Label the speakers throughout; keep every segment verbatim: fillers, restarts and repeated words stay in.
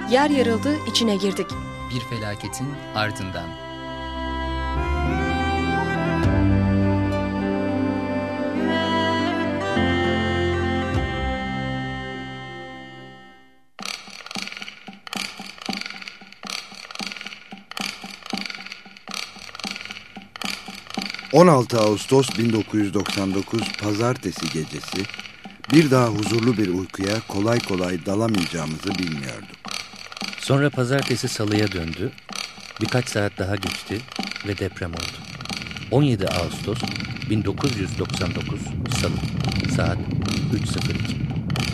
Speaker 1: Yer yarıldı, içine girdik.
Speaker 2: Bir felaketin ardından.
Speaker 3: on altı Ağustos bin dokuz yüz doksan dokuz Pazartesi gecesi bir daha huzurlu bir uykuya kolay kolay dalamayacağımızı bilmiyorduk.
Speaker 4: Sonra pazartesi salıya döndü, birkaç saat daha geçti ve deprem oldu. on yedi Ağustos bin dokuz yüz doksan dokuz Salı, saat üç sıfır iki.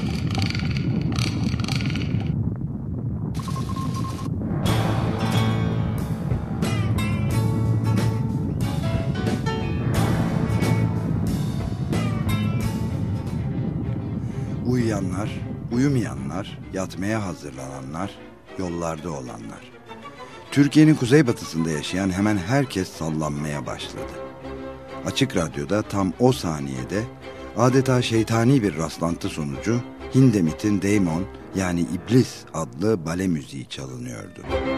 Speaker 3: Uyuyanlar, uyumayanlar, yatmaya hazırlananlar, yollarda olanlar. Türkiye'nin kuzeybatısında yaşayan hemen herkes sallanmaya başladı. Açık Radyo'da tam o saniyede adeta şeytani bir rastlantı sonucu Hindemith'in Daemon yani İblis adlı bale müziği çalınıyordu.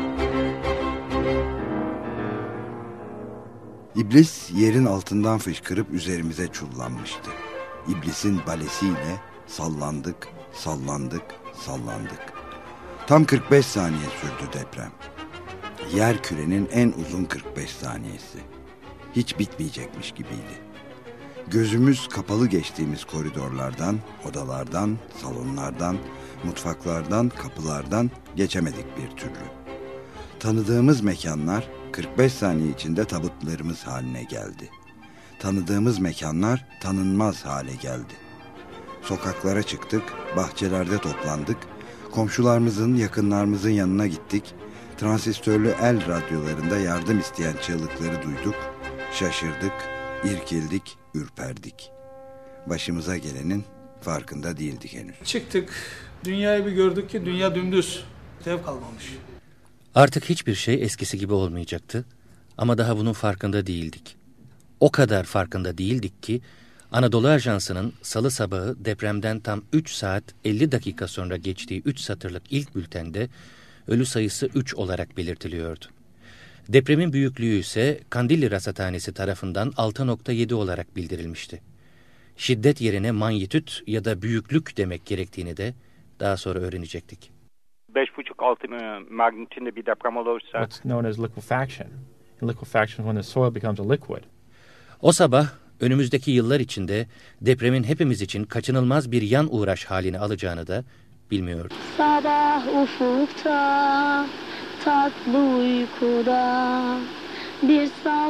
Speaker 3: İblis yerin altından fışkırıp üzerimize çullanmıştı. İblisin balesiyle sallandık, sallandık, sallandık. Tam kırk beş saniye sürdü deprem. Yer kürenin en uzun kırk beş saniyesi. Hiç bitmeyecekmiş gibiydi. Gözümüz kapalı geçtiğimiz koridorlardan, odalardan, salonlardan, mutfaklardan, kapılardan geçemedik bir türlü. Tanıdığımız mekanlar kırk beş saniye içinde tabutlarımız haline geldi. Tanıdığımız mekanlar tanınmaz hale geldi. Sokaklara çıktık, bahçelerde toplandık, komşularımızın, yakınlarımızın yanına gittik, transistörlü el radyolarında yardım isteyen çığlıkları duyduk, şaşırdık, irkildik, ürperdik. Başımıza gelenin farkında değildik henüz.
Speaker 5: Çıktık, dünyayı bir gördük ki dünya dümdüz, dev kalmamış.
Speaker 4: Artık hiçbir şey eskisi gibi olmayacaktı ama daha bunun farkında değildik. O kadar farkında değildik ki Anadolu Ajansı'nın salı sabahı depremden tam üç saat elli dakika sonra geçtiği üç satırlık ilk bültende ölü sayısı üç olarak belirtiliyordu. Depremin büyüklüğü ise Kandilli Rasathanesi tarafından altı nokta yedi olarak bildirilmişti. Şiddet yerine manyetüt ya da büyüklük demek gerektiğini de daha sonra öğrenecektik.
Speaker 6: beş buçuk altı magnitüdünde bir deprem olursa
Speaker 7: what's known as liquefaction. And liquefaction when the soil becomes a liquid.
Speaker 4: O sabah önümüzdeki yıllar içinde depremin hepimiz için kaçınılmaz bir yan uğraş halini alacağını da bilmiyorduk.
Speaker 8: Sabah ufukta, tatlı uykuda, bir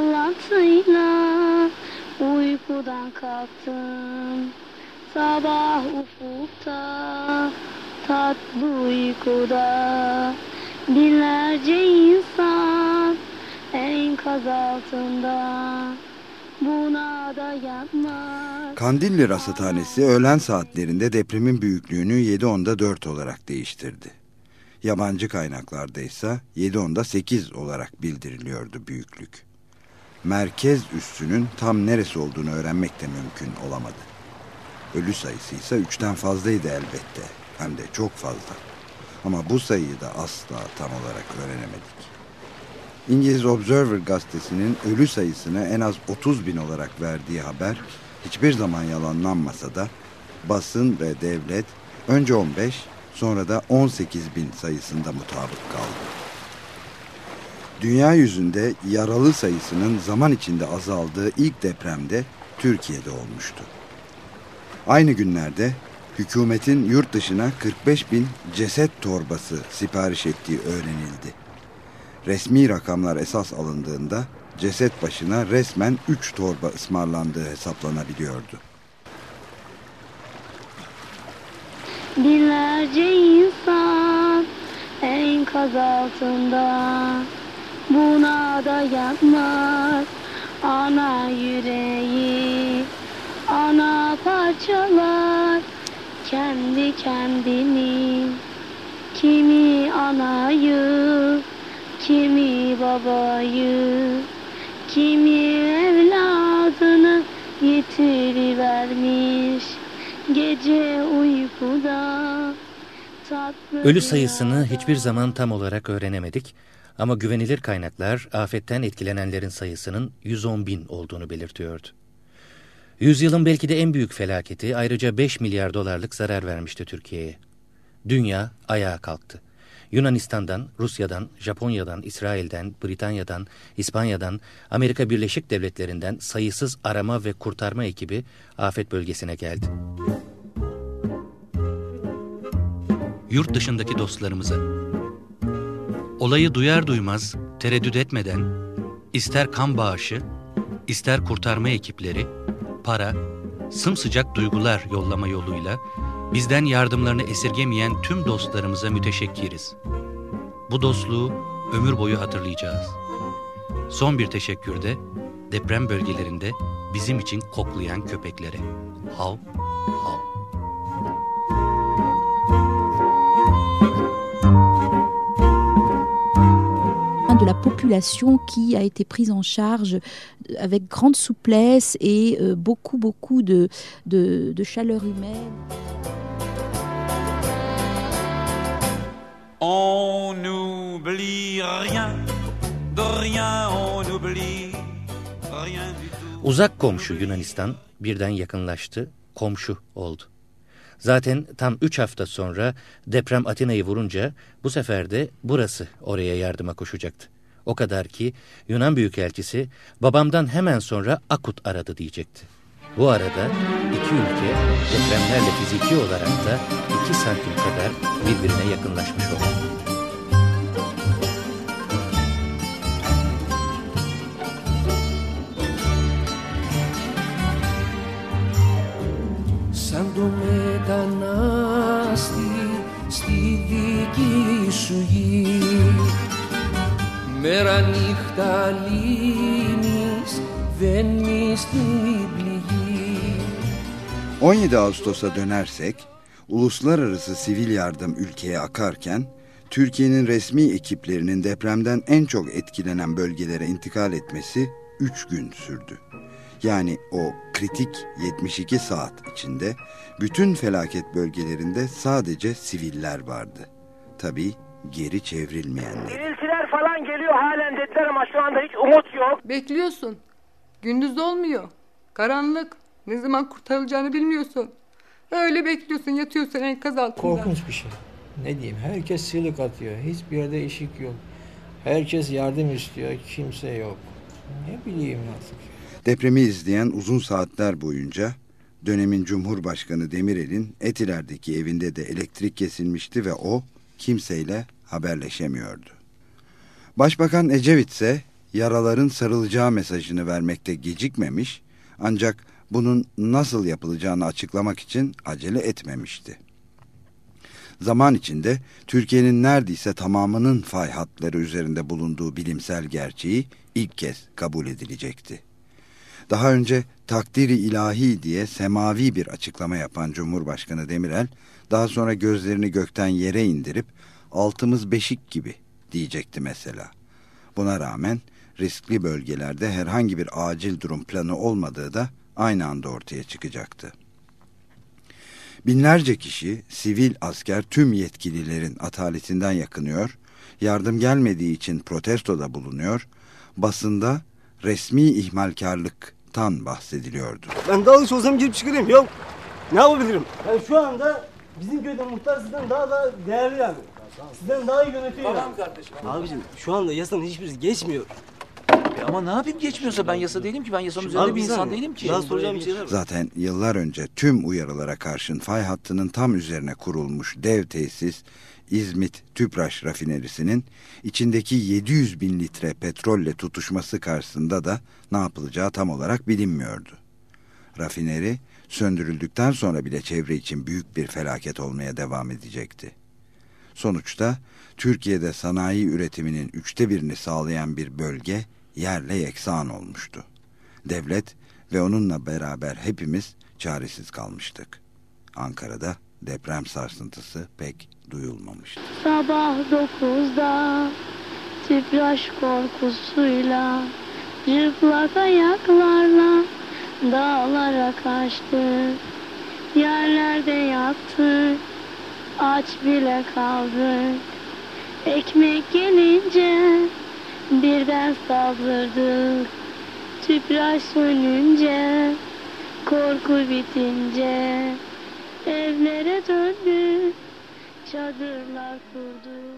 Speaker 8: sallantıyla uykudan kalktım. Sabah ufukta, tatlı uykuda, binlerce insan enkaz altında. Buna dayanmaz.
Speaker 3: Kandilli Rasathanesi öğlen saatlerinde depremin büyüklüğünü yedi onda dört olarak değiştirdi. Yabancı kaynaklarda ise yedi onda sekiz olarak bildiriliyordu büyüklük. Merkez üssünün tam neresi olduğunu öğrenmek de mümkün olamadı. Ölü sayısı ise üçten fazlaydı elbette, hem de çok fazla. Ama bu sayıyı da asla tam olarak öğrenemedik. İngiliz Observer gazetesinin ölü sayısını en az otuz bin olarak verdiği haber hiçbir zaman yalanlanmasa da basın ve devlet önce on beş sonra da on sekiz bin sayısında mutabık kaldı. Dünya yüzünde yaralı sayısının zaman içinde azaldığı ilk depremde Türkiye'de olmuştu. Aynı günlerde hükümetin yurt dışına kırk beş bin ceset torbası sipariş ettiği öğrenildi. Resmi rakamlar esas alındığında ceset başına resmen üç torba ısmarlandığı hesaplanabiliyordu.
Speaker 8: Binlerce insan enkaz altında, buna dayanmaz ana yüreği, ana parçalar kendi kendini, kimi anayı, kimi babayı, kimi evladını yitirivermiş. Gece uykuda tatlı
Speaker 4: Ölü
Speaker 8: bir
Speaker 4: sayısını
Speaker 8: ada.
Speaker 4: hiçbir zaman tam olarak öğrenemedik ama güvenilir kaynaklar afetten etkilenenlerin sayısının yüz on bin olduğunu belirtiyordu. Yüzyılın belki de en büyük felaketi ayrıca beş milyar dolarlık zarar vermişti Türkiye'ye. Dünya ayağa kalktı. Yunanistan'dan, Rusya'dan, Japonya'dan, İsrail'den, Britanya'dan, İspanya'dan, Amerika Birleşik Devletleri'nden sayısız arama ve kurtarma ekibi afet bölgesine geldi. Yurt dışındaki dostlarımıza, olayı duyar duymaz, tereddüt etmeden, ister kan bağışı, ister kurtarma ekipleri, para, sımsıcak duygular yollama yoluyla bizden yardımlarını esirgemeyen tüm dostlarımıza müteşekkiriz. Bu dostluğu ömür boyu hatırlayacağız. Son bir teşekkür de deprem bölgelerinde bizim için koklayan köpeklere. Hav, hav.
Speaker 9: De la population qui a été prise en charge avec grande souplesse et euh, beaucoup beaucoup de, de, de chaleur humaine.
Speaker 10: On n'oublie rien, de rien on oublie, rien du tout.
Speaker 4: Uzak komşu Yunanistan birden yakınlaştı, komşu oldu. Zaten tam üç hafta sonra deprem Atina'yı vurunca bu sefer de burası oraya yardıma koşacaktı. O kadar ki Yunan Büyükelçisi babamdan hemen sonra Akut aradı diyecekti. Bu arada iki ülke depremlerle fiziki olarak da iki santim kadar birbirine yakınlaşmış oldu.
Speaker 11: Σαν το μετανάστη στη δική σου γη μέρα νύχτα λύνεις δεν μη στην πληγή.
Speaker 3: on yedi Ağustos'a dönersek, uluslararası sivil yardım ülkeye akarken, Türkiye'nin resmi ekiplerinin depremden en çok etkilenen bölgelere intikal etmesi üç gün sürdü. Yani o kritik yetmiş iki saat içinde bütün felaket bölgelerinde sadece siviller vardı. Tabii geri çevrilmeyenler.
Speaker 12: Diriltiler falan geliyor halen dediler ama şu anda hiç umut yok.
Speaker 13: Bekliyorsun. Gündüz olmuyor. Karanlık. Ne zaman kurtarılacağını bilmiyorsun. Öyle bekliyorsun, yatıyorsun enkaz altında.
Speaker 14: Korkunç bir şey. Ne diyeyim, herkes çığlık atıyor. Hiçbir yerde ışık yok. Herkes yardım istiyor, kimse yok. Ne bileyim artık.
Speaker 3: Depremi izleyen uzun saatler boyunca dönemin Cumhurbaşkanı Demirel'in Etiler'deki evinde de elektrik kesilmişti ve o kimseyle haberleşemiyordu. Başbakan Ecevit ise yaraların sarılacağı mesajını vermekte gecikmemiş, ancak bunun nasıl yapılacağını açıklamak için acele etmemişti. Zaman içinde Türkiye'nin neredeyse tamamının fay hatları üzerinde bulunduğu bilimsel gerçeği ilk kez kabul edilecekti. Daha önce takdiri ilahi diye semavi bir açıklama yapan Cumhurbaşkanı Demirel, daha sonra gözlerini gökten yere indirip altımız beşik gibi diyecekti mesela. Buna rağmen riskli bölgelerde herhangi bir acil durum planı olmadığı da aynı anda ortaya çıkacaktı. Binlerce kişi, sivil asker tüm yetkililerin ataletinden yakınıyor, yardım gelmediği için protestoda bulunuyor, basında resmi ihmalkarlıktan bahsediliyordu.
Speaker 15: Ben dalgıç olsam girip çıkarayım. Yok. Ne yapabilirim? Yani şu anda bizim köyde muhtar sizden daha da değerli yani. Sizden daha iyi yönetiyor.
Speaker 16: Tamam
Speaker 15: yani.
Speaker 16: kardeşim.
Speaker 15: Abicim şu anda yasanın hiçbirisi geçmiyor.
Speaker 16: E ama ne yapayım geçmiyorsa, ben yasa değilim ki, ben yasanın üzerinde
Speaker 15: Abi
Speaker 16: bir insan
Speaker 15: sen-
Speaker 16: değilim ki.
Speaker 15: Daha soracağım bir şey var.
Speaker 3: Zaten yıllar önce tüm uyarılara karşın fay hattının tam üzerine kurulmuş dev tesis İzmit Tüpraş rafinerisinin içindeki yedi yüz bin litre petrolle tutuşması karşısında da ne yapılacağı tam olarak bilinmiyordu. Rafineri söndürüldükten sonra bile çevre için büyük bir felaket olmaya devam edecekti. Sonuçta Türkiye'de sanayi üretiminin üçte birini sağlayan bir bölge yerle yeksan olmuştu. Devlet ve onunla beraber hepimiz çaresiz kalmıştık. Ankara'da deprem sarsıntısı pek duyulmamıştı.
Speaker 8: Sabah dokuzda Tüpraş korkusuyla cıplak ayaklarla dağlara kaçtık. Yerlerde yattık, aç bile kaldık. Ekmek gelince birden saldırdık. Tüpraş sönünce, korku bitince evlere döndük, çadırlar kurduk.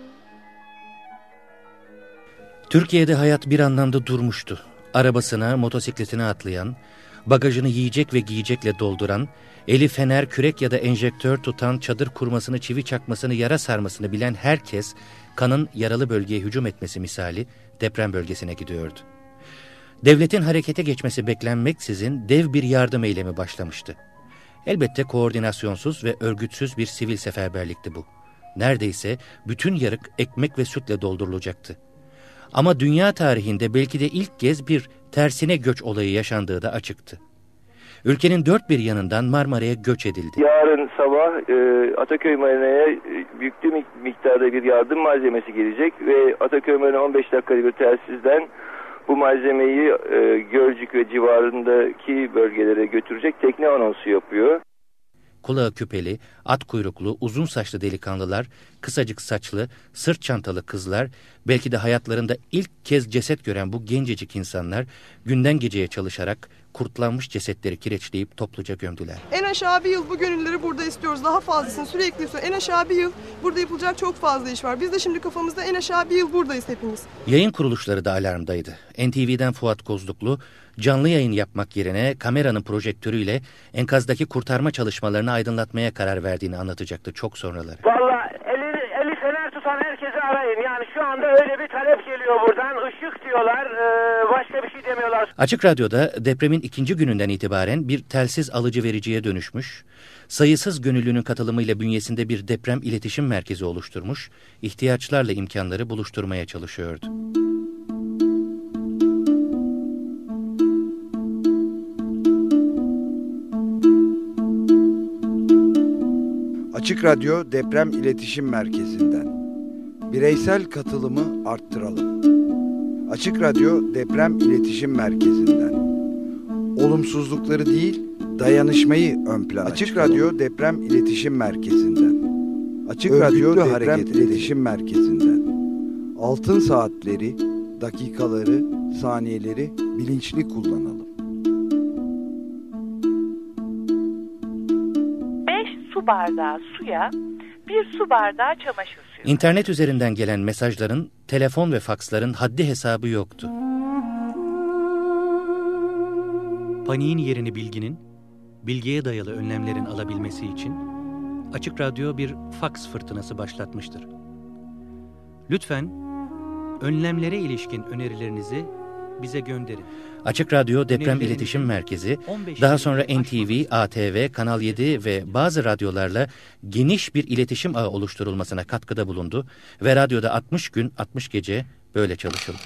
Speaker 4: Türkiye'de hayat bir anlamda durmuştu. Arabasına, motosikletine atlayan, bagajını yiyecek ve giyecekle dolduran, eli fener, kürek ya da enjektör tutan, çadır kurmasını, çivi çakmasını, yara sarmasını bilen herkes, kanın yaralı bölgeye hücum etmesi misali deprem bölgesine gidiyordu. Devletin harekete geçmesi beklenmeksizin dev bir yardım eylemi başlamıştı. Elbette koordinasyonsuz ve örgütsüz bir sivil seferberlikti bu. Neredeyse bütün yarık ekmek ve sütle doldurulacaktı. Ama dünya tarihinde belki de ilk kez bir tersine göç olayı yaşandığı da açıktı. Ülkenin dört bir yanından Marmara'ya göç edildi.
Speaker 17: Yarın sabah e, Ataköy Marina'ya e, yüklü miktarda bir yardım malzemesi gelecek ve Ataköy Marina on beş dakikalık bir telsizden bu malzemeyi e, Gölcük ve civarındaki bölgelere götürecek tekne anonsu yapıyor.
Speaker 4: Kulağı küpeli, at kuyruklu, uzun saçlı delikanlılar, kısacık saçlı, sırt çantalı kızlar, belki de hayatlarında ilk kez ceset gören bu gencecik insanlar günden geceye çalışarak kurtlanmış cesetleri kireçleyip topluca gömdüler.
Speaker 18: En aşağı bir yıl bu gönülleri burada istiyoruz. Daha fazlasını sürekli istiyoruz. En aşağı bir yıl burada yapılacak çok fazla iş var. Biz de şimdi kafamızda en aşağı bir yıl buradayız hepimiz.
Speaker 4: Yayın kuruluşları da alarmdaydı. N T V'den Fuat Kozluklu, canlı yayın yapmak yerine kameranın projektörüyle enkazdaki kurtarma çalışmalarını aydınlatmaya karar verdiğini anlatacaktı çok sonraları.
Speaker 12: Vallahi eli, eli fener tutan herkesi arayın. Yani şu anda öyle bir talep geliyor buradan. Işık diyorlar, ee, başka bir şey demiyorlar.
Speaker 4: Açık Radyo'da depremin ikinci gününden itibaren bir telsiz alıcı vericiye dönüşmüş, sayısız gönüllünün katılımıyla bünyesinde bir deprem iletişim merkezi oluşturmuş, ihtiyaçlarla imkanları buluşturmaya çalışıyordu.
Speaker 3: Açık Radyo Deprem İletişim Merkezi'nden bireysel katılımı arttıralım. Açık Radyo Deprem İletişim Merkezi'nden olumsuzlukları değil, dayanışmayı ön plana Açık çıkaralım. Radyo Deprem İletişim Merkezi'nden Açık Örgütlü Radyo Deprem İletişim Merkezi'nden altın saatleri, dakikaları, saniyeleri bilinçli kullanalım.
Speaker 19: Su bardağı suya bir su bardağı çamaşır suyu.
Speaker 4: İnternet üzerinden gelen mesajların, telefon ve faksların haddi hesabı yoktu. Paniğin yerini bilginin, bilgiye dayalı önlemlerin alabilmesi için Açık Radyo bir faks fırtınası başlatmıştır. Lütfen önlemlere ilişkin önerilerinizi bize gönderin. Açık Radyo Deprem İletişim Merkezi, daha sonra N T V, A T V, Kanal yedi ve bazı radyolarla geniş bir iletişim ağı oluşturulmasına katkıda bulundu ve radyoda altmış gün altmış gece böyle çalışıldı.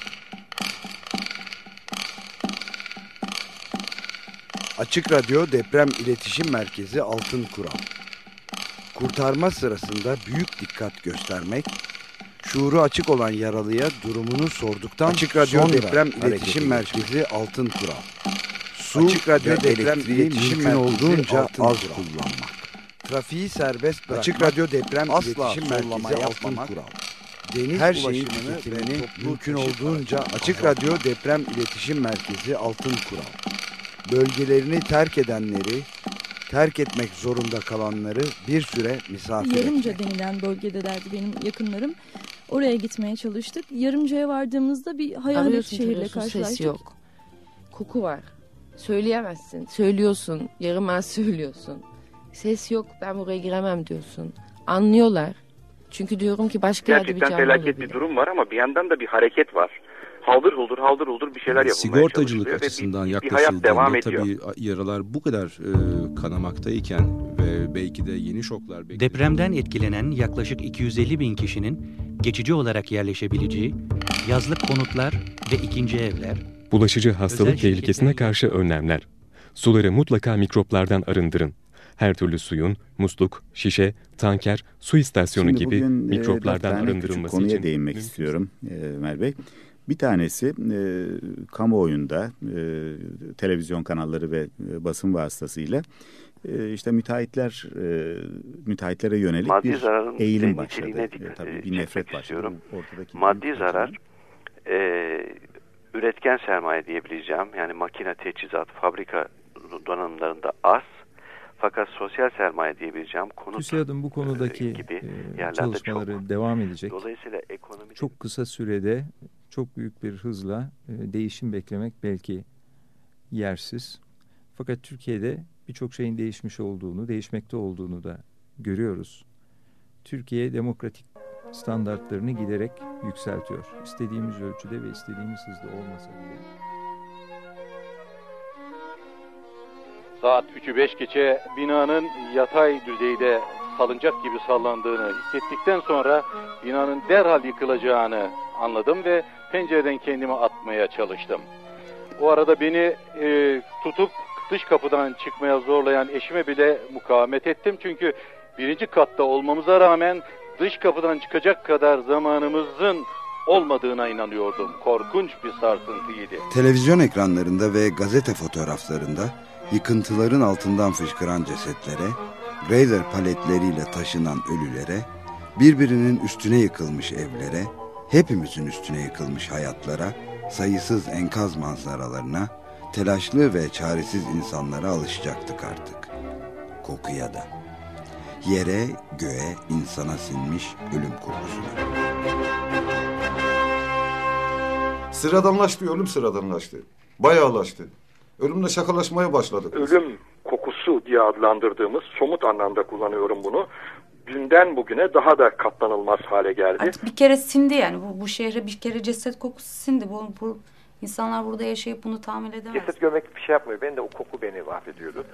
Speaker 3: Açık Radyo Deprem İletişim Merkezi Altın Kural. Kurtarma sırasında büyük dikkat göstermek, şuuru açık olan yaralıya durumunu sorduktan Açık Radyo sonra Deprem İletişim Merkezi Altın Kural. Su Açık Radyo Deprem İletişim mümkün olduğunca az kullanmak. Trafiği serbest bırakmak. Açık Radyo Deprem İletişim Merkezi Altın Kural. Deniz her şeyin tüketimini mümkün olduğunca Açık Radyo Deprem İletişim Merkezi Altın Kural. Bölgelerini terk edenleri, terk etmek zorunda kalanları bir süre misafir
Speaker 20: Yarımca
Speaker 3: etmek.
Speaker 20: denilen bölgedelerdi benim yakınlarım. Oraya gitmeye çalıştık. Yarımca'ya vardığımızda bir hayalet
Speaker 21: Arıyorsun,
Speaker 20: şehirle
Speaker 21: tarıyorsun,
Speaker 20: karşılaştık.
Speaker 21: ses yok. Koku var. Söyleyemezsin. Söylüyorsun. Yarım az söylüyorsun. Ses yok. Ben buraya giremem diyorsun. Anlıyorlar. Çünkü diyorum ki başka yerde bir
Speaker 6: Gerçekten
Speaker 20: canlı
Speaker 6: felaket
Speaker 20: olabilir.
Speaker 6: bir durum var ama bir yandan da bir hareket var. Haldır huldur haldır huldur bir şeyler yapılmaya
Speaker 22: Sigortacılık
Speaker 6: çalışılıyor.
Speaker 22: açısından
Speaker 6: bir, bir hayat devam
Speaker 22: yaklaşıldığında
Speaker 6: ediyor.
Speaker 22: tabii yaralar bu kadar e, kanamaktayken ve belki de yeni şoklar...
Speaker 4: Depremden etkilenen yaklaşık iki yüz elli bin kişinin geçici olarak yerleşebileceği yazlık konutlar ve ikinci evler...
Speaker 23: Bulaşıcı hastalık tehlikesine karşı önlemler. Suları mutlaka mikroplardan arındırın. Her türlü suyun, musluk, şişe, tanker, su istasyonu
Speaker 24: Şimdi
Speaker 23: gibi
Speaker 24: bugün,
Speaker 23: mikroplardan
Speaker 24: e, dört tane
Speaker 23: arındırılması
Speaker 24: küçük konuya
Speaker 23: için...
Speaker 24: değinmek istiyorum e, Ömer Bey.
Speaker 1: Bir tanesi e, kamuoyunda e, televizyon kanalları ve e, basın vasıtasıyla e, işte müteahhitler e, müteahhitlere yönelik
Speaker 2: maddi
Speaker 1: bir eğilim başladı.
Speaker 2: E,
Speaker 1: tabii bir nefret başladı.
Speaker 2: Ortadaki maddi zarar e, üretken sermaye diyebileceğim. Yani makine, teçhizat, fabrika donanımlarında az. Fakat sosyal sermaye diyebileceğim konut
Speaker 5: TÜSİAD'ın bu konudaki
Speaker 2: gibi
Speaker 5: e, çalışmaları
Speaker 2: çok.
Speaker 5: devam edecek.
Speaker 2: Dolayısıyla ekonomi
Speaker 5: çok kısa sürede çok büyük bir hızla e, değişim beklemek belki yersiz. Fakat Türkiye'de birçok şeyin değişmiş olduğunu, değişmekte olduğunu da görüyoruz. Türkiye demokratik standartlarını giderek yükseltiyor. İstediğimiz ölçüde ve istediğimiz hızda olmasa bile.
Speaker 24: Saat üçü beş geçe binanın yatay düzeyde salıncak gibi sallandığını hissettikten sonra binanın derhal yıkılacağını anladım ve pencereden kendimi atmaya çalıştım. O arada beni e, tutup dış kapıdan çıkmaya zorlayan eşime bile mukavemet ettim. Çünkü birinci katta olmamıza rağmen dış kapıdan çıkacak kadar zamanımızın olmadığına inanıyordum. Korkunç bir sarsıntıydı.
Speaker 3: Televizyon ekranlarında ve gazete fotoğraflarında yıkıntıların altından fışkıran cesetlere, grader paletleriyle taşınan ölülere, birbirinin üstüne yıkılmış evlere, hepimizin üstüne yıkılmış hayatlara, sayısız enkaz manzaralarına, telaşlı ve çaresiz insanlara alışacaktık artık. Kokuya da. Yere, göğe, insana sinmiş ölüm kokusuna.
Speaker 25: Sıradanlaştı, ölüm sıradanlaştı. Bayağılaştı. Ölümle şakalaşmaya başladık.
Speaker 26: Ölüm kokusu diye adlandırdığımız somut anlamda kullanıyorum bunu. Dünden bugüne daha da katlanılmaz hale geldi.
Speaker 27: Artık bir kere sindi yani. Bu, bu şehre bir kere ceset kokusu sindi. Bu, bu insanlar burada yaşayıp bunu tahammül edemez.
Speaker 28: Ceset görmek bir şey yapmıyor. Ben de o koku beni mahvediyordu.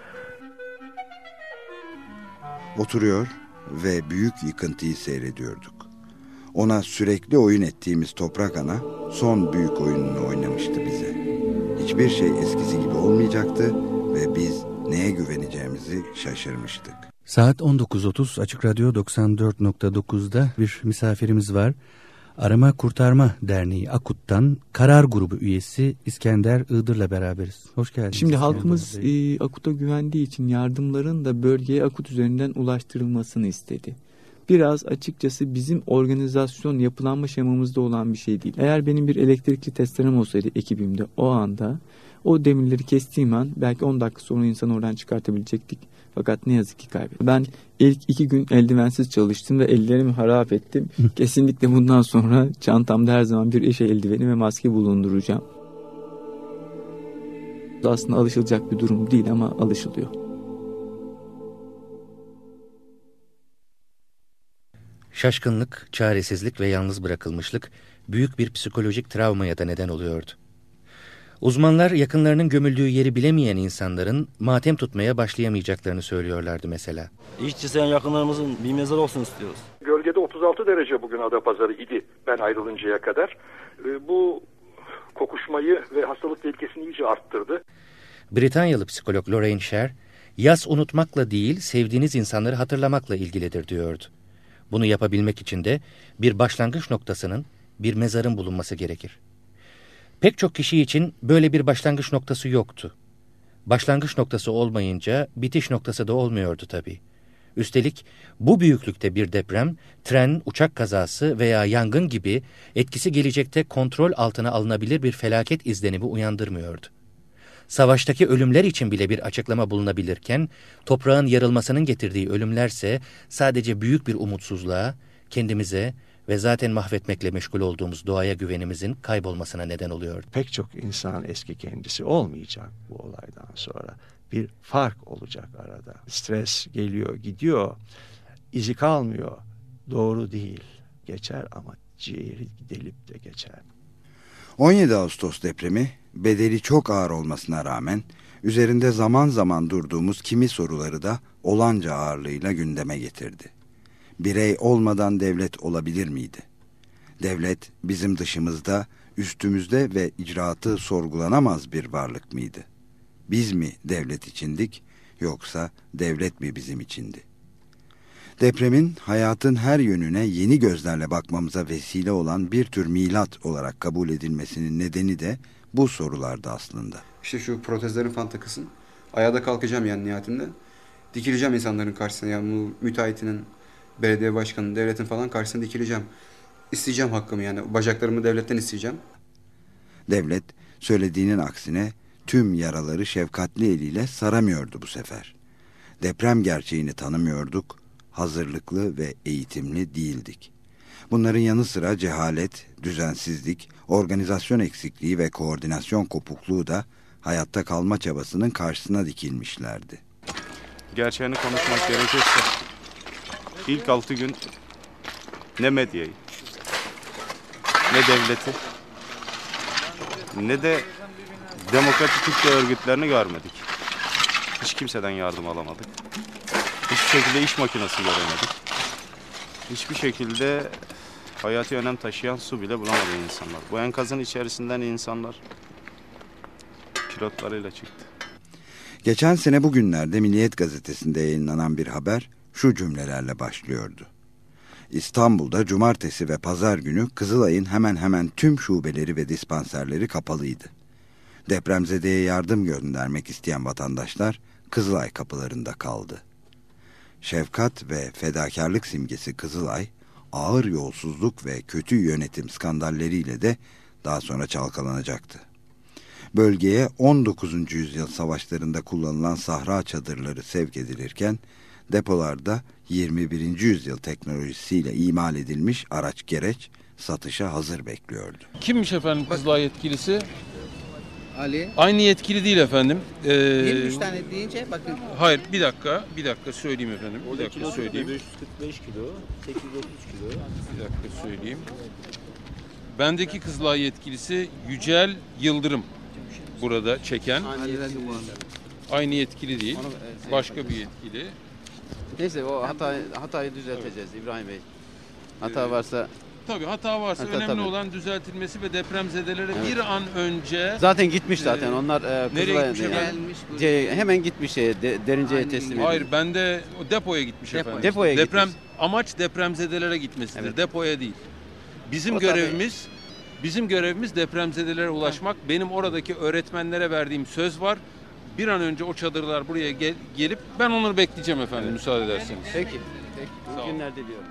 Speaker 3: Oturuyor ve büyük yıkıntıyı seyrediyorduk. Ona sürekli oyun ettiğimiz Toprak Ana son büyük oyununu oynamıştı bize. Hiçbir şey eskisi gibi olmayacaktı ve biz neye güveneceğimizi şaşırmıştık.
Speaker 4: Saat on dokuz otuz Açık Radyo doksan dört nokta dokuz'da bir misafirimiz var. Arama Kurtarma Derneği AKUT'tan Karar Grubu üyesi İskender Iğdır'la beraberiz. Hoş geldiniz.
Speaker 29: Şimdi halkımız e, AKUT'a güvendiği için yardımların da bölgeye AKUT üzerinden ulaştırılmasını istedi. Biraz açıkçası bizim organizasyon yapılanma şemamızda olan bir şey değil. Eğer benim bir elektrikli testerem olsaydı ekibimde o anda o demirleri kestiğim an belki on dakika sonra insanı oradan çıkartabilecektik. Fakat ne yazık ki kaybettim. Ben ilk iki gün eldivensiz çalıştım ve ellerimi harap ettim. Kesinlikle bundan sonra çantamda her zaman bir iş eldiveni ve maske bulunduracağım. Aslında alışılacak bir durum değil ama alışılıyor.
Speaker 4: Şaşkınlık, çaresizlik ve yalnız bırakılmışlık büyük bir psikolojik travmaya da neden oluyordu. Uzmanlar yakınlarının gömüldüğü yeri bilemeyen insanların matem tutmaya başlayamayacaklarını söylüyorlardı mesela.
Speaker 15: İşçi yakınlarımızın bir mezar olsun istiyoruz.
Speaker 26: Gölgede otuz altı derece bugün Adapazarı idi ben ayrılıncaya kadar. Bu kokuşmayı ve hastalık tehlikesini iyice arttırdı.
Speaker 4: Britanyalı psikolog Lorraine Sher, yas unutmakla değil sevdiğiniz insanları hatırlamakla ilgilidir diyordu. Bunu yapabilmek için de bir başlangıç noktasının, bir mezarın bulunması gerekir. Pek çok kişi için böyle bir başlangıç noktası yoktu. Başlangıç noktası olmayınca bitiş noktası da olmuyordu tabii. Üstelik bu büyüklükte bir deprem, tren, uçak kazası veya yangın gibi etkisi gelecekte kontrol altına alınabilir bir felaket izlenimi uyandırmıyordu. Savaştaki ölümler için bile bir açıklama bulunabilirken, toprağın yarılmasının getirdiği ölümlerse sadece büyük bir umutsuzluğa, kendimize ve zaten mahvetmekle meşgul olduğumuz doğaya güvenimizin kaybolmasına neden oluyor.
Speaker 30: Pek çok insan eski kendisi olmayacak bu olaydan sonra. Bir fark olacak arada. Stres geliyor, gidiyor, izi kalmıyor. Doğru değil. Geçer ama ciğeri delip de geçer.
Speaker 3: on yedi Ağustos depremi bedeli çok ağır olmasına rağmen üzerinde zaman zaman durduğumuz kimi soruları da olanca ağırlığıyla gündeme getirdi. Birey olmadan devlet olabilir miydi? Devlet bizim dışımızda, üstümüzde ve icraatı sorgulanamaz bir varlık mıydı? Biz mi devlet içindik, yoksa devlet mi bizim içindi? Depremin hayatın her yönüne yeni gözlerle bakmamıza vesile olan bir tür milat olarak kabul edilmesinin nedeni de bu sorularda aslında.
Speaker 7: İşte şu protezlerin falan takılsın. Ayağa da kalkacağım yani nihayetinde. Dikileceğim insanların karşısına. Yani bu müteahhitinin, belediye başkanının, devletin falan karşısına dikileceğim. İsteyeceğim hakkımı yani. Bacaklarımı devletten isteyeceğim.
Speaker 3: Devlet söylediğinin aksine tüm yaraları şefkatli eliyle saramıyordu bu sefer. Deprem gerçeğini tanımıyorduk, hazırlıklı ve eğitimli değildik. Bunların yanı sıra cehalet, düzensizlik, organizasyon eksikliği ve koordinasyon kopukluğu da hayatta kalma çabasının karşısına dikilmişlerdi.
Speaker 8: Gerçeğini konuşmak gerekirse ilk altı gün ne medyayı, ne devleti, ne de demokratik kitle örgütlerini görmedik. Hiç kimseden yardım alamadık. Hiçbir şekilde iş makinesi göremedik. Hiçbir şekilde hayati önem taşıyan su bile bulamadı insanlar. Bu enkazın içerisinden insanlar pilotlarıyla çıktı.
Speaker 3: Geçen sene bugünlerde Milliyet Gazetesi'nde yayınlanan bir haber şu cümlelerle başlıyordu. İstanbul'da cumartesi ve pazar günü Kızılay'ın hemen hemen tüm şubeleri ve dispanserleri kapalıydı. Depremzedeye yardım göndermek isteyen vatandaşlar Kızılay kapılarında kaldı. Şefkat ve fedakarlık simgesi Kızılay, ağır yolsuzluk ve kötü yönetim skandalleriyle de daha sonra çalkalanacaktı. Bölgeye on dokuzuncu yüzyıl savaşlarında kullanılan sahra çadırları sevk edilirken, depolarda yirmi birinci yüzyıl teknolojisiyle imal edilmiş araç gereç satışa hazır bekliyordu.
Speaker 9: Kimmiş efendim Kızılay yetkilisi?
Speaker 10: Ali.
Speaker 9: Aynı yetkili değil efendim. Ee,
Speaker 10: yirmi üç tane deyince bakın.
Speaker 9: Hayır bir dakika, bir dakika söyleyeyim efendim. Bir dakika söyleyeyim.
Speaker 10: beş yüz kırk beş kilo, sekiz yüz otuz kilo.
Speaker 9: Bir dakika söyleyeyim. Bendeki Kızılay yetkilisi Yücel Yıldırım. Burada çeken. Aynı yetkili değil. Başka bir yetkili.
Speaker 10: Neyse o hata, hatayı düzelteceğiz evet. İbrahim Bey. Hata varsa...
Speaker 9: Tabii hata varsa hata, önemli tabii. olan düzeltilmesi ve depremzedelere evet. bir an önce...
Speaker 10: Zaten gitmiş zaten onlar. E,
Speaker 9: nereye gitmiş
Speaker 10: efendim? Ce, hemen gitmiş şeye, de, derince'ye teslim edilmiş.
Speaker 9: Hayır ben de o depoya gitmiş
Speaker 10: Depo,
Speaker 9: efendim.
Speaker 10: Depoya
Speaker 9: Deprem
Speaker 10: gitmiş.
Speaker 9: Amaç depremzedelere gitmesidir. Evet. Depoya değil. Bizim
Speaker 10: o
Speaker 9: görevimiz... Tabii. Bizim görevimiz depremzedelere ulaşmak. Benim oradaki öğretmenlere verdiğim söz var. Bir an önce o çadırlar buraya gel, gelip ben onları bekleyeceğim efendim evet. müsaade ederseniz.
Speaker 10: Peki. Peki. İyi günler diliyorum.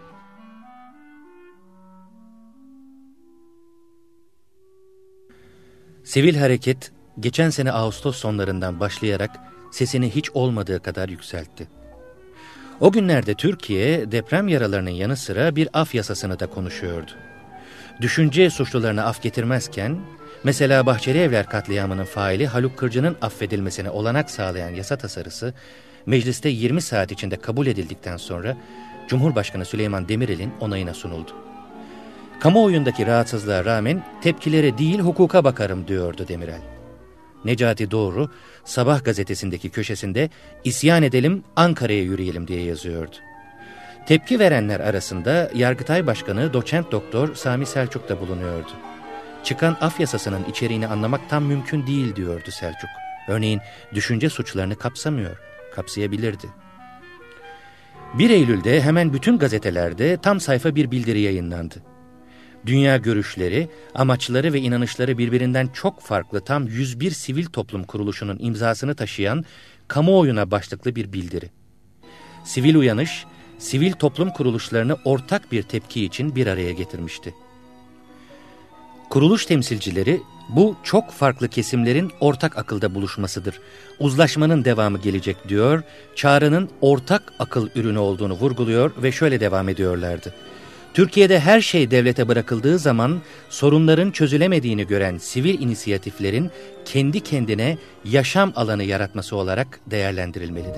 Speaker 4: Sivil hareket geçen sene Ağustos sonlarından başlayarak sesini hiç olmadığı kadar yükseltti. O günlerde Türkiye deprem yaralarının yanı sıra bir af yasasını da konuşuyordu. Düşünce suçlularına af getirmezken, mesela Bahçeli Evler katliamının faili Haluk Kırcı'nın affedilmesine olanak sağlayan yasa tasarısı, mecliste yirmi saat içinde kabul edildikten sonra Cumhurbaşkanı Süleyman Demirel'in onayına sunuldu. Kamuoyundaki rahatsızlığa rağmen tepkilere değil hukuka bakarım diyordu Demirel. Necati Doğru, Sabah gazetesindeki köşesinde isyan edelim, Ankara'ya yürüyelim diye yazıyordu. Tepki verenler arasında Yargıtay Başkanı Doçent Doktor Sami Selçuk da bulunuyordu. Çıkan af yasasının içeriğini anlamak tam mümkün değil diyordu Selçuk. Örneğin düşünce suçlarını kapsamıyor, kapsayabilirdi. bir Eylül'de hemen bütün gazetelerde tam sayfa bir bildiri yayınlandı. Dünya görüşleri, amaçları ve inanışları birbirinden çok farklı tam yüz bir sivil toplum kuruluşunun imzasını taşıyan kamuoyuna başlıklı bir bildiri. Sivil uyanış, sivil toplum kuruluşlarını ortak bir tepki için bir araya getirmişti. Kuruluş temsilcileri, bu çok farklı kesimlerin ortak akılda buluşmasıdır. Uzlaşmanın devamı gelecek diyor, çağrının ortak akıl ürünü olduğunu vurguluyor ve şöyle devam ediyorlardı. Türkiye'de her şey devlete bırakıldığı zaman sorunların çözülemediğini gören sivil inisiyatiflerin kendi kendine yaşam alanı yaratması olarak değerlendirilmelidir.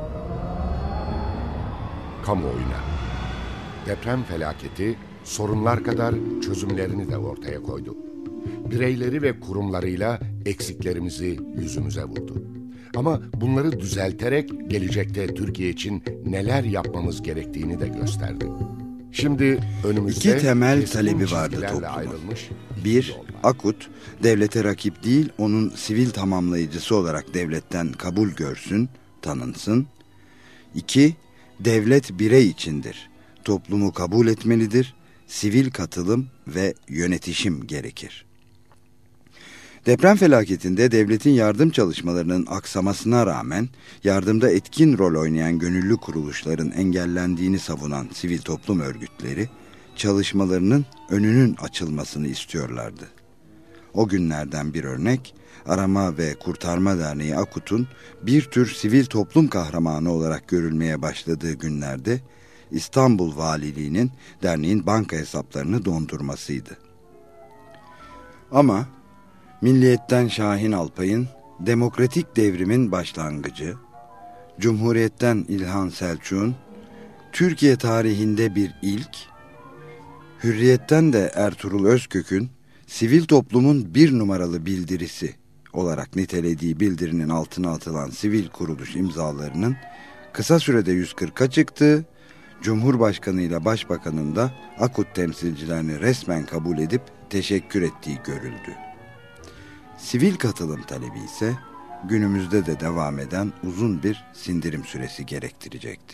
Speaker 11: Kamuoyuna. Deprem felaketi sorunlar kadar çözümlerini de ortaya koydu. Bireyleri ve kurumlarıyla eksiklerimizi yüzümüze vurdu. Ama bunları düzelterek gelecekte Türkiye için neler yapmamız gerektiğini de gösterdi. Şimdi önümüzde
Speaker 3: İki temel talebi vardı toplumun. Bir, AKUT, devlete rakip değil, onun sivil tamamlayıcısı olarak devletten kabul görsün, tanınsın. İki, Devlet birey içindir. Toplumu kabul etmelidir. Sivil katılım ve yönetişim gerekir. Deprem felaketinde devletin yardım çalışmalarının aksamasına rağmen yardımda etkin rol oynayan gönüllü kuruluşların engellendiğini savunan sivil toplum örgütleri çalışmalarının önünün açılmasını istiyorlardı. O günlerden bir örnek, Arama ve Kurtarma Derneği AKUT'un bir tür sivil toplum kahramanı olarak görülmeye başladığı günlerde İstanbul Valiliği'nin derneğin banka hesaplarını dondurmasıydı. Ama Milliyet'ten Şahin Alpay'ın demokratik devrimin başlangıcı, Cumhuriyet'ten İlhan Selçuk'un Türkiye tarihinde bir ilk, Hürriyet'ten de Ertuğrul Özkök'ün sivil toplumun bir numaralı bildirisi olarak nitelediği bildirinin altına atılan sivil kuruluş imzalarının kısa sürede yüz kırka çıktığı, Cumhurbaşkanı ile Başbakanın da AKUT temsilcilerini resmen kabul edip teşekkür ettiği görüldü. Sivil katılım talebi ise günümüzde de devam eden uzun bir sindirim süresi gerektirecekti.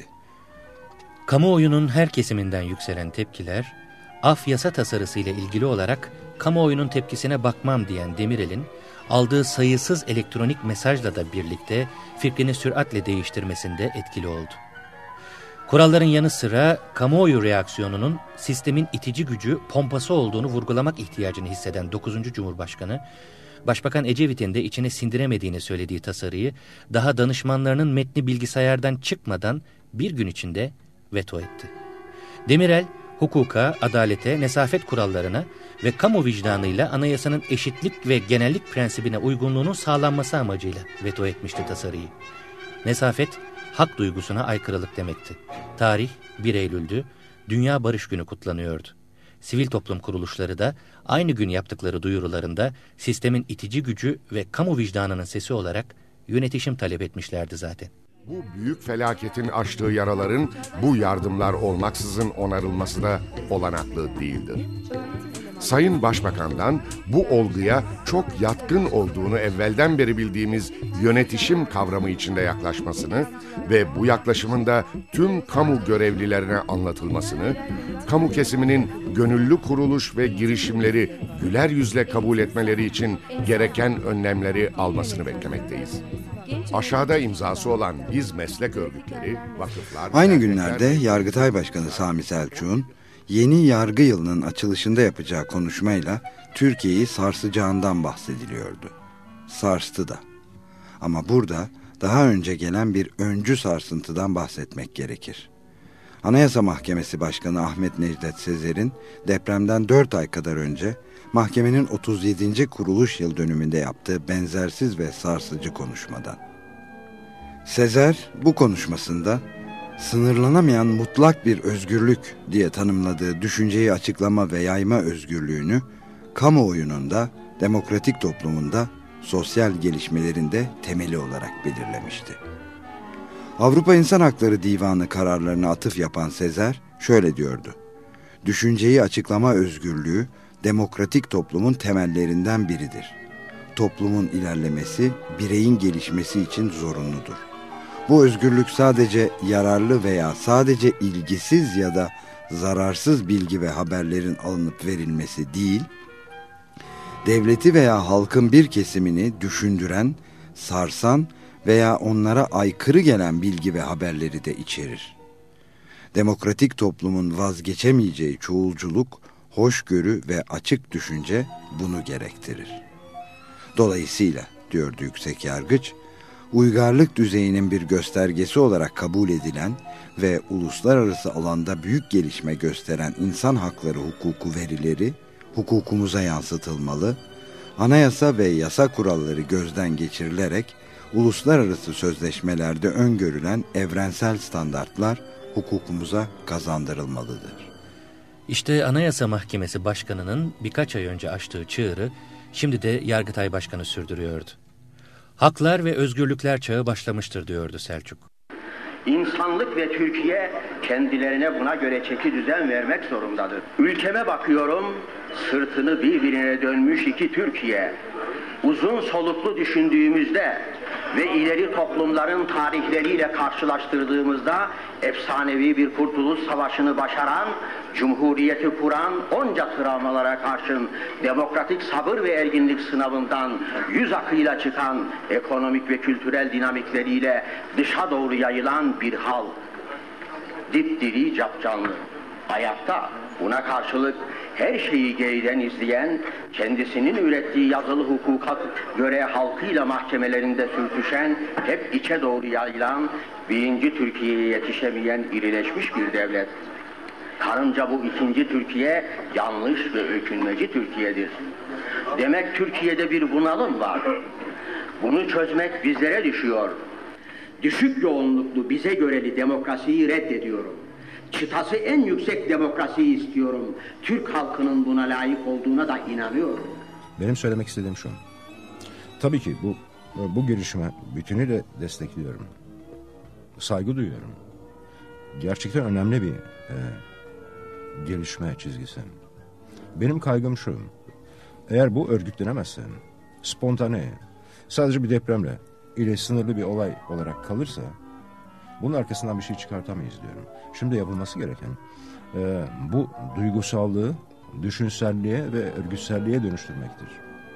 Speaker 4: Kamuoyunun her kesiminden yükselen tepkiler, af yasa tasarısı ile ilgili olarak kamuoyunun tepkisine bakmam diyen Demirel'in aldığı sayısız elektronik mesajla da birlikte fikrini süratle değiştirmesinde etkili oldu. Kuralların yanı sıra kamuoyu reaksiyonunun sistemin itici gücü pompası olduğunu vurgulamak ihtiyacını hisseden dokuzuncu Cumhurbaşkanı, Başbakan Ecevit'in de içine sindiremediğini söylediği tasarıyı daha danışmanlarının metni bilgisayardan çıkmadan bir gün içinde veto etti. Demirel, hukuka, adalete, nesafet kurallarına ve kamu vicdanıyla anayasanın eşitlik ve genellik prensibine uygunluğunun sağlanması amacıyla veto etmişti tasarıyı. Nesafet, hak duygusuna aykırılık demekti. Tarih bir Eylül'dü, Dünya Barış Günü kutlanıyordu. Sivil toplum kuruluşları da aynı gün yaptıkları duyurularında sistemin itici gücü ve kamu vicdanının sesi olarak yönetişim talep etmişlerdi zaten.
Speaker 11: Bu büyük felaketin açtığı yaraların bu yardımlar olmaksızın onarılması da olanaklı değildir. Sayın Başbakan'dan bu olguya çok yatkın olduğunu evvelden beri bildiğimiz yönetişim kavramı içinde yaklaşmasını ve bu yaklaşımın da tüm kamu görevlilerine anlatılmasını, kamu kesiminin gönüllü kuruluş ve girişimleri güler yüzle kabul etmeleri için gereken önlemleri almasını beklemekteyiz. Aşağıda imzası olan biz meslek örgütleri, vakıflar...
Speaker 3: Aynı günlerde Yargıtay Başkanı Sami Selçuk'un yeni yargı yılının açılışında yapacağı konuşmayla Türkiye'yi sarsacağından bahsediliyordu. Sarstı da. Ama burada daha önce gelen bir öncü sarsıntıdan bahsetmek gerekir. Anayasa Mahkemesi Başkanı Ahmet Necdet Sezer'in depremden dört ay kadar önce mahkemenin otuz yedinci kuruluş yıl dönümünde yaptığı benzersiz ve sarsıcı konuşmadan. Sezer bu konuşmasında sınırlanamayan mutlak bir özgürlük diye tanımladığı düşünceyi açıklama ve yayma özgürlüğünü kamuoyunun da demokratik toplumunda sosyal gelişmelerinde temeli olarak belirlemişti. Avrupa İnsan Hakları Divanı kararlarına atıf yapan Sezer şöyle diyordu: "Düşünceyi açıklama özgürlüğü demokratik toplumun temellerinden biridir. Toplumun ilerlemesi, bireyin gelişmesi için zorunludur. Bu özgürlük sadece yararlı veya sadece ilgisiz ya da zararsız bilgi ve haberlerin alınıp verilmesi değil, devleti veya halkın bir kesimini düşündüren, sarsan veya onlara aykırı gelen bilgi ve haberleri de içerir. Demokratik toplumun vazgeçemeyeceği çoğulculuk, hoşgörü ve açık düşünce bunu gerektirir. Dolayısıyla, diyordu yüksek yargıç, uygarlık düzeyinin bir göstergesi olarak kabul edilen ve uluslararası alanda büyük gelişme gösteren insan hakları hukuku verileri hukukumuza yansıtılmalı, anayasa ve yasa kuralları gözden geçirilerek uluslararası sözleşmelerde öngörülen evrensel standartlar hukukumuza kazandırılmalıdır."
Speaker 4: İşte Anayasa Mahkemesi Başkanı'nın birkaç ay önce açtığı çığırı şimdi de Yargıtay Başkanı sürdürüyordu. Haklar ve özgürlükler çağı başlamıştır diyordu Selçuk.
Speaker 6: İnsanlık ve Türkiye kendilerine buna göre çeki düzen vermek zorundadır. Ülkeme bakıyorum, sırtını birbirine dönmüş iki Türkiye. uzun soluklu düşündüğümüzde ve ileri toplumların tarihleriyle karşılaştırdığımızda efsanevi bir Kurtuluş Savaşı'nı başaran, Cumhuriyeti kuran onca travmalara karşın demokratik sabır ve erginlik sınavından yüz akıyla çıkan ekonomik ve kültürel dinamikleriyle dışa doğru yayılan bir halk. Dipdiri capcanlı, ayakta, buna karşılık her şeyi geriden izleyen, kendisinin ürettiği yazılı hukuka göre halkıyla mahkemelerinde sürtüşen, hep içe doğru yayılan, birinci Türkiye'ye yetişemeyen irileşmiş bir devlet. Karınca bu ikinci Türkiye yanlış ve ökünmeci Türkiye'dir. Demek Türkiye'de bir bunalım var. Bunu çözmek bizlere düşüyor. Düşük yoğunluklu bize göreli demokrasiyi reddediyorum. Çıtası en yüksek demokrasiyi istiyorum. Türk halkının buna layık olduğuna da inanıyorum.
Speaker 12: Benim söylemek istediğim şu. Tabii ki bu bu girişime bütünüyle destekliyorum. Saygı duyuyorum. Gerçekten önemli bir e, gelişme çizgisi. Benim kaygım şu. Eğer bu örgütlenemezse, spontane, sadece bir depremle ile sınırlı bir olay olarak kalırsa, bunun arkasından bir şey çıkartamayız diyorum. Şimdi yapılması gereken e, bu duygusallığı düşünselliğe ve örgütselliğe dönüştürmektir.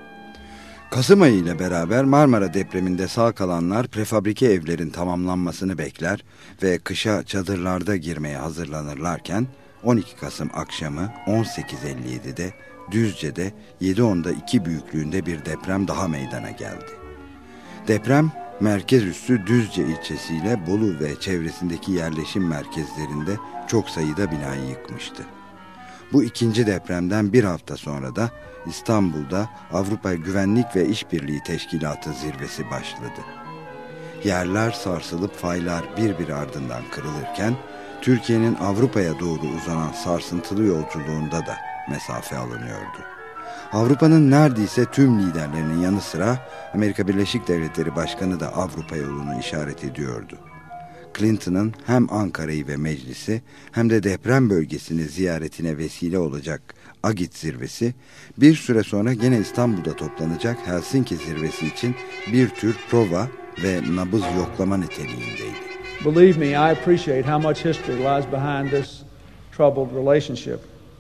Speaker 3: Kasım ayı ile beraber Marmara depreminde sağ kalanlar prefabrike evlerin tamamlanmasını bekler ve kışa çadırlarda girmeye hazırlanırlarken on iki Kasım akşamı on sekiz elli yedi'de Düzce'de yedi onda iki büyüklüğünde bir deprem daha meydana geldi. Deprem merkez üssü Düzce ilçesiyle Bolu ve çevresindeki yerleşim merkezlerinde çok sayıda binayı yıkmıştı. Bu ikinci depremden bir hafta sonra da İstanbul'da Avrupa Güvenlik ve İşbirliği Teşkilatı zirvesi başladı. Yerler sarsılıp faylar bir bir ardından kırılırken Türkiye'nin Avrupa'ya doğru uzanan sarsıntılı yolculuğunda da mesafe alınıyordu. Avrupa'nın neredeyse tüm liderlerinin yanı sıra Amerika Birleşik Devletleri Başkanı da Avrupa yolunu işaret ediyordu. Clinton'ın hem Ankara'yı ve meclisi hem de deprem bölgesini ziyaretine vesile olacak Agit zirvesi bir süre sonra gene İstanbul'da toplanacak Helsinki zirvesi için bir tür prova ve nabız yoklama niteliğindeydi.
Speaker 13: Believe me, I appreciate how much history lies behind this troubled relationship.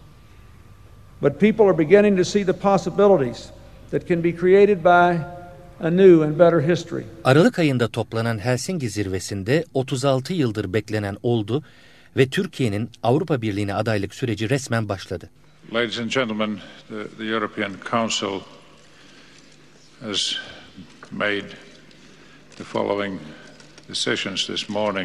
Speaker 13: But people are beginning to see the possibilities that can be created by a new and better history.
Speaker 4: Aralık ayında toplanan Helsinki zirvesinde otuz altı yıldır beklenen oldu ve Türkiye'nin Avrupa Birliği'ne adaylık süreci resmen başladı.
Speaker 14: Ladies and gentlemen, the, the European Council has made the following decisions this morning.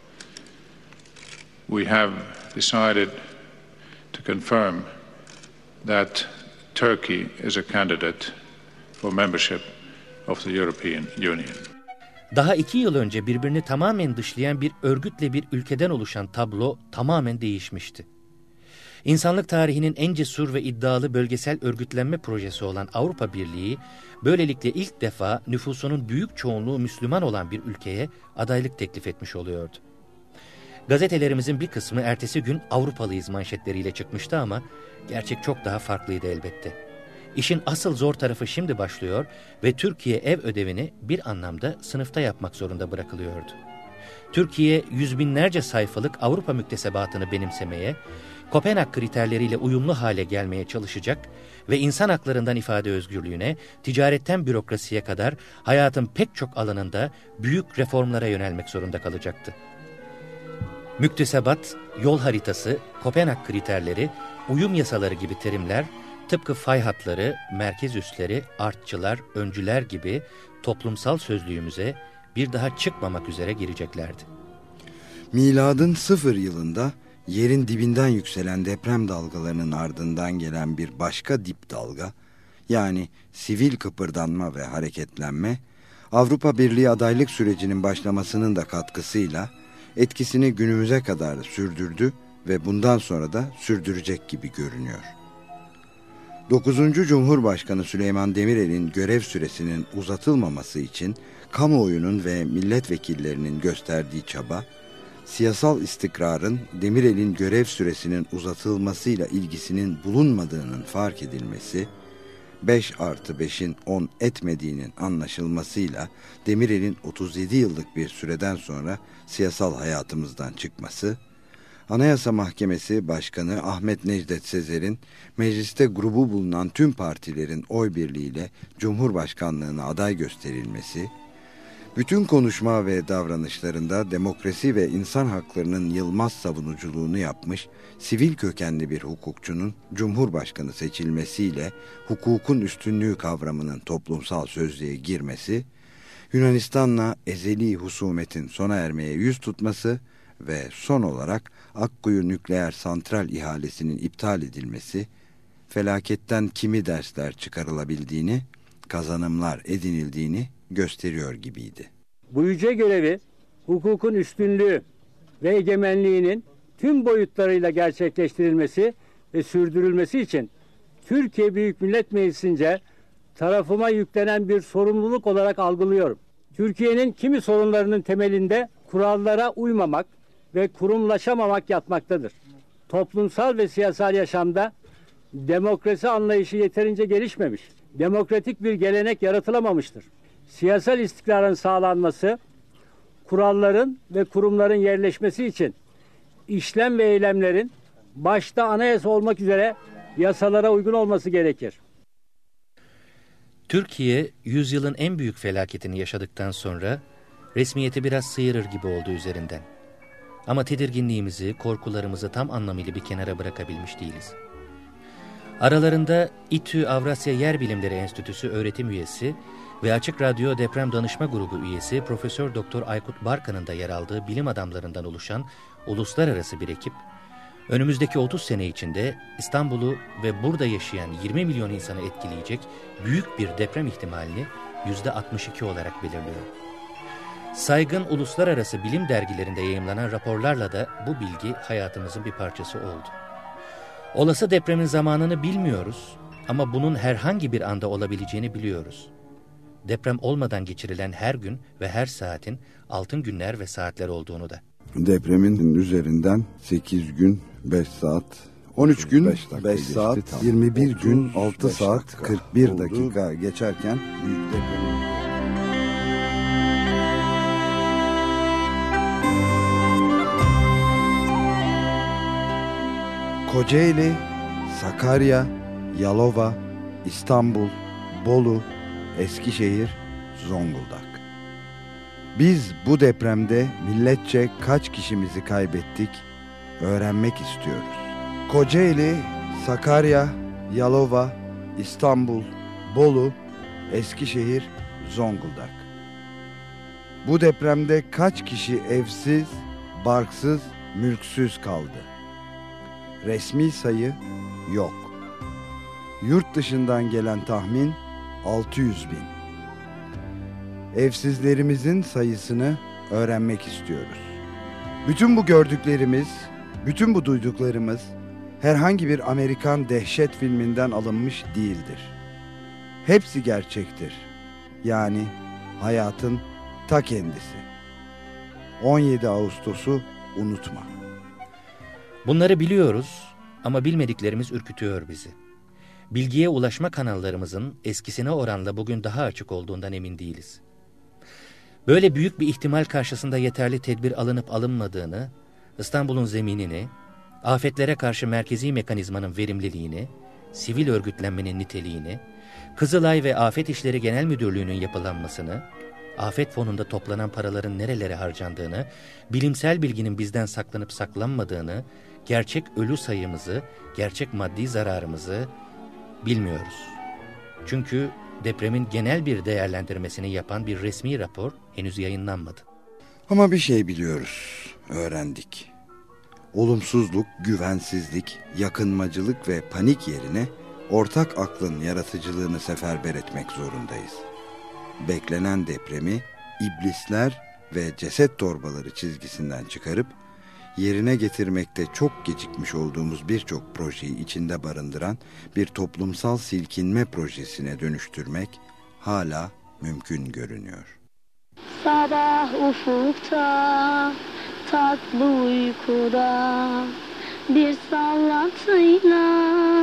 Speaker 14: We have decided to confirm that Turkey is a candidate for membership of the European Union.
Speaker 4: Daha iki yıl önce birbirini tamamen dışlayan bir örgütle bir ülkeden oluşan tablo tamamen değişmişti. İnsanlık tarihinin en cesur ve iddialı bölgesel örgütlenme projesi olan Avrupa Birliği, böylelikle ilk defa nüfusunun büyük çoğunluğu Müslüman olan bir ülkeye adaylık teklif etmiş oluyordu. Gazetelerimizin bir kısmı ertesi gün Avrupalıyız manşetleriyle çıkmıştı ama gerçek çok daha farklıydı elbette. İşin asıl zor tarafı şimdi başlıyor ve Türkiye ev ödevini bir anlamda sınıfta yapmak zorunda bırakılıyordu. Türkiye yüz binlerce sayfalık Avrupa müktesebatını benimsemeye, Kopenhag kriterleriyle uyumlu hale gelmeye çalışacak ve insan haklarından ifade özgürlüğüne, ticaretten bürokrasiye kadar hayatın pek çok alanında büyük reformlara yönelmek zorunda kalacaktı. Müktesebat, yol haritası, Kopenhag kriterleri, uyum yasaları gibi terimler, tıpkı fay hatları, merkez üsleri, artçılar, öncüler gibi toplumsal sözlüğümüze bir daha çıkmamak üzere gireceklerdi.
Speaker 3: Miladın sıfır yılında yerin dibinden yükselen deprem dalgalarının ardından gelen bir başka dip dalga, yani sivil kıpırdanma ve hareketlenme, Avrupa Birliği adaylık sürecinin başlamasının da katkısıyla etkisini günümüze kadar sürdürdü ve bundan sonra da sürdürecek gibi görünüyor. dokuzuncu Cumhurbaşkanı Süleyman Demirel'in görev süresinin uzatılmaması için kamuoyunun ve milletvekillerinin gösterdiği çaba, siyasal istikrarın Demirel'in görev süresinin uzatılmasıyla ilgisinin bulunmadığının fark edilmesi, beş artı beşin on etmediğinin anlaşılmasıyla Demirel'in otuz yedi yıllık bir süreden sonra siyasal hayatımızdan çıkması, Anayasa Mahkemesi Başkanı Ahmet Necdet Sezer'in mecliste grubu bulunan tüm partilerin oy birliğiyle Cumhurbaşkanlığına aday gösterilmesi, bütün konuşma ve davranışlarında demokrasi ve insan haklarının yılmaz savunuculuğunu yapmış sivil kökenli bir hukukçunun Cumhurbaşkanı seçilmesiyle hukukun üstünlüğü kavramının toplumsal sözlüğe girmesi, Yunanistan'la ezeli husumetin sona ermeye yüz tutması ve son olarak Akkuyu nükleer santral ihalesinin iptal edilmesi, felaketten kimi dersler çıkarılabildiğini, kazanımlar edinildiğini gösteriyor gibiydi.
Speaker 1: Bu yüce görevi hukukun üstünlüğü ve egemenliğinin tüm boyutlarıyla gerçekleştirilmesi ve sürdürülmesi için Türkiye Büyük Millet Meclisi'nce tarafıma yüklenen bir sorumluluk olarak algılıyorum. Türkiye'nin kimi sorunlarının temelinde kurallara uymamak ve kurumlaşamamak yatmaktadır. Toplumsal ve siyasal yaşamda demokrasi anlayışı yeterince gelişmemiş, demokratik bir gelenek yaratılamamıştır. Siyasal istikrarın sağlanması, kuralların ve kurumların yerleşmesi için işlem ve eylemlerin başta anayasa olmak üzere yasalara uygun olması gerekir.
Speaker 4: Türkiye, yüzyılın en büyük felaketini yaşadıktan sonra resmiyeti biraz sıyırır gibi oldu üzerinden. Ama tedirginliğimizi, korkularımızı tam anlamıyla bir kenara bırakabilmiş değiliz. Aralarında İTÜ Avrasya Yer Bilimleri Enstitüsü öğretim üyesi ve Açık Radyo Deprem Danışma Grubu üyesi Profesör Doktor Aykut Barkan'ın da yer aldığı bilim adamlarından oluşan uluslararası bir ekip, önümüzdeki otuz sene içinde İstanbul'u ve burada yaşayan yirmi milyon insanı etkileyecek büyük bir deprem ihtimalini yüzde altmış iki olarak belirliyor. Saygın uluslararası bilim dergilerinde yayımlanan raporlarla da bu bilgi hayatımızın bir parçası oldu. Olası depremin zamanını bilmiyoruz ama bunun herhangi bir anda olabileceğini biliyoruz. Deprem olmadan geçirilen her gün ve her saatin altın günler ve saatler olduğunu da.
Speaker 3: Depremin üzerinden sekiz gün, beş saat, on üç gün, beş saat, yirmi bir gün, altı saat, kırk bir dakika geçerken büyük depremin... Kocaeli, Sakarya, Yalova, İstanbul, Bolu, Eskişehir, Zonguldak. Biz bu depremde milletçe kaç kişimizi kaybettik öğrenmek istiyoruz. Kocaeli, Sakarya, Yalova, İstanbul, Bolu, Eskişehir, Zonguldak. Bu depremde kaç kişi evsiz, barksız, mülksüz kaldı? Resmi sayı yok. Yurt dışından gelen tahmin altı yüz bin. Evsizlerimizin sayısını öğrenmek istiyoruz. Bütün bu gördüklerimiz, bütün bu duyduklarımız herhangi bir Amerikan dehşet filminden alınmış değildir. Hepsi gerçektir. Yani hayatın ta kendisi. on yedi Ağustos'u unutma.
Speaker 4: Bunları biliyoruz ama bilmediklerimiz ürkütüyor bizi. Bilgiye ulaşma kanallarımızın eskisine oranla bugün daha açık olduğundan emin değiliz. Böyle büyük bir ihtimal karşısında yeterli tedbir alınıp alınmadığını, İstanbul'un zeminini, afetlere karşı merkezi mekanizmanın verimliliğini, sivil örgütlenmenin niteliğini, Kızılay ve Afet İşleri Genel Müdürlüğü'nün yapılanmasını, afet fonunda toplanan paraların nerelere harcandığını, bilimsel bilginin bizden saklanıp saklanmadığını, gerçek ölü sayımızı, gerçek maddi zararımızı bilmiyoruz. Çünkü depremin genel bir değerlendirmesini yapan bir resmi rapor henüz yayınlanmadı.
Speaker 3: Ama bir şey biliyoruz, öğrendik. Olumsuzluk, güvensizlik, yakınmacılık ve panik yerine ortak aklın yaratıcılığını seferber etmek zorundayız. Beklenen depremi iblisler ve ceset torbaları çizgisinden çıkarıp yerine getirmekte çok gecikmiş olduğumuz birçok projeyi içinde barındıran bir toplumsal silkinme projesine dönüştürmek hala mümkün görünüyor.
Speaker 2: Sabah ufukta, tatlı uykuda, bir sallatıyla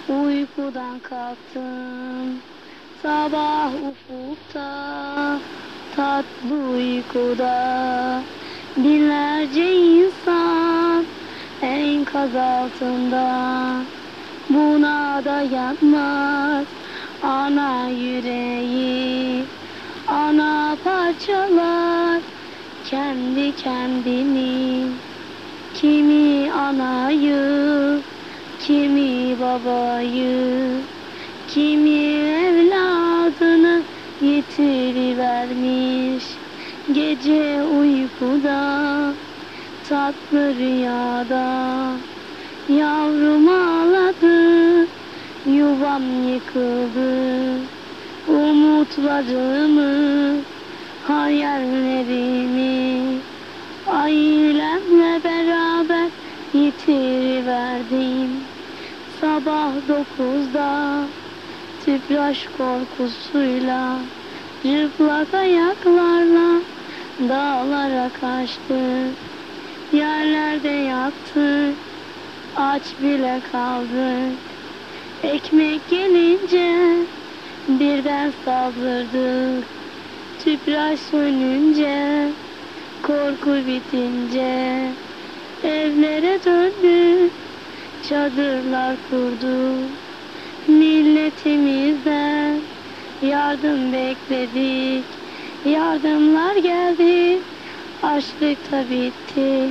Speaker 2: Uykudan kalktım, sabah ufukta, tatlı uykuda. Binlerce insan enkaz altında, buna dayanmaz ana yüreği. Ana parçalar kendi kendini, kimi anayı, kimi babayı, kimi evladını yitirivermiş. Gece uykuda, tatlı rüyada, yavrum ağladı, yuvam yıkıldı. Umutlarımı, hayallerimi ailemle beraber yitiriverdim. Sabah dokuzda tüpraş korkusuyla, cıplak ayaklarla dağlara kaçtık. Yerlerde yattık, aç bile kaldık. Ekmek gelince birden saldırdık. Tüpraş sönünce, korku bitince evlere döndük, çadırlar kurduk. Milletimizden yardım bekledik, yardımlar geldi, açlık da bitti.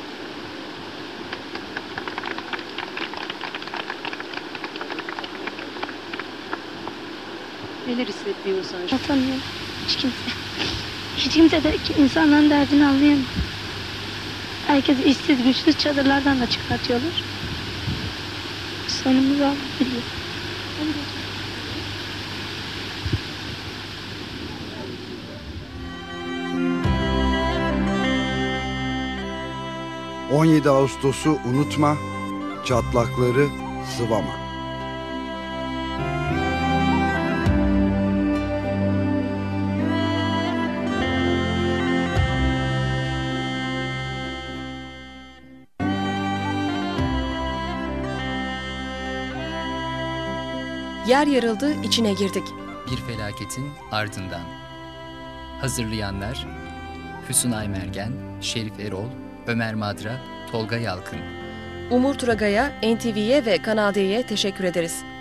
Speaker 27: Neler hissetmiyorsun?
Speaker 2: Anlatamıyorum. Hiç kimse. Hiç kimse de insanların derdini anlayamıyor. Herkes işsiz güçsüz, çadırlardan da çıkartıyorlar. Sonumuz Allah biliyor.
Speaker 3: on yedi Ağustos'u unutma, çatlakları sıvama.
Speaker 5: Yer yarıldı, içine girdik.
Speaker 16: Bir felaketin ardından. Hazırlayanlar Füsunay Mergen, Şerif Erol, Ömer Madra, Tolga Yalkın.
Speaker 5: Umur Turagay'a, N T V'ye ve Kanal D'ye teşekkür ederiz.